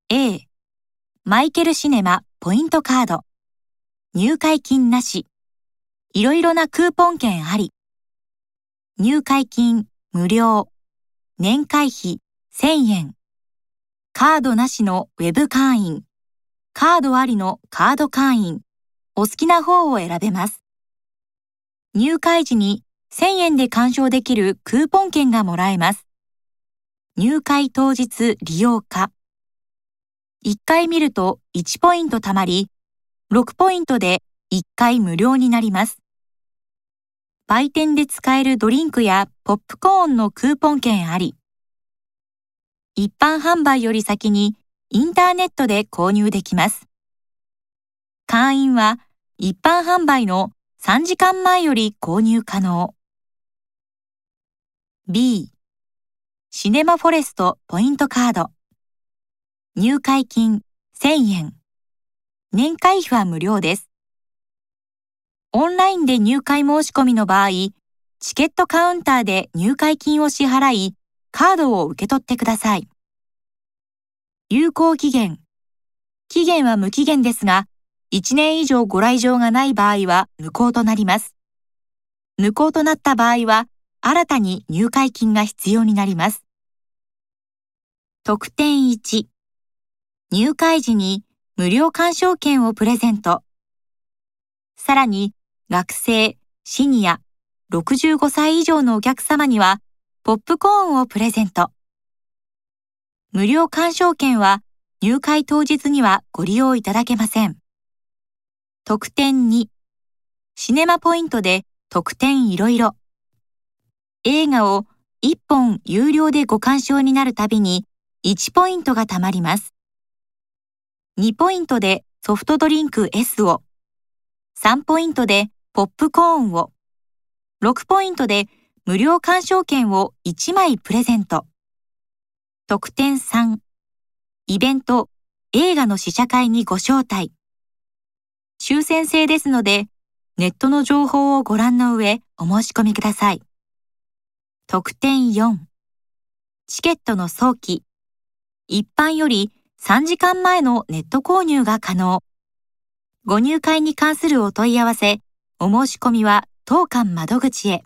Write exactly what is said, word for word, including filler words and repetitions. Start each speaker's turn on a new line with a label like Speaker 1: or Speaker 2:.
Speaker 1: A、マイケルシネマポイントカード。入会金なし。いろいろなクーポン券あり。入会金無料。年会費せんえん。カードなしのウェブ会員。カードありのカード会員。お好きな方を選べます。入会時にせんえんで鑑賞できるクーポン券がもらえます。入会当日利用可。いっかい見るといちポイント貯まり、ろくポイントでいっかい無料になります。売店で使えるドリンクやポップコーンのクーポン券あり。一般販売より先にインターネットで購入できます。会員は一般販売のさんじかんまえより購入可能。B、シネマフォレストポイントカード。入会金せんえん。年会費は無料です。オンラインで入会申し込みの場合、チケットカウンターで入会金を支払い、カードを受け取ってください。有効期限。期限は無期限ですが、いちねん以上ご来場がない場合は無効となります。無効となった場合は、新たに入会金が必要になります。特典いち。入会時に無料鑑賞券をプレゼント。さらに、学生、シニア、ろくじゅうごさい以上のお客様には、ポップコーンをプレゼント。無料鑑賞券は入会当日にはご利用いただけません。特典に、シネマポイントで特典いろいろ。映画をいっぽん有料でご鑑賞になるたびにいちポイントが貯まります。にポイントでソフトドリンク S を、さんポイントでポップコーンを、ろくポイントで無料鑑賞券をいちまいプレゼント。特典さん、イベント、映画の試写会にご招待。抽選制ですので、ネットの情報をご覧の上、お申し込みください。特典よん、チケットの早期。一般よりさんじかんまえのネット購入が可能。ご入会に関するお問い合わせ、お申し込みは当館窓口へ。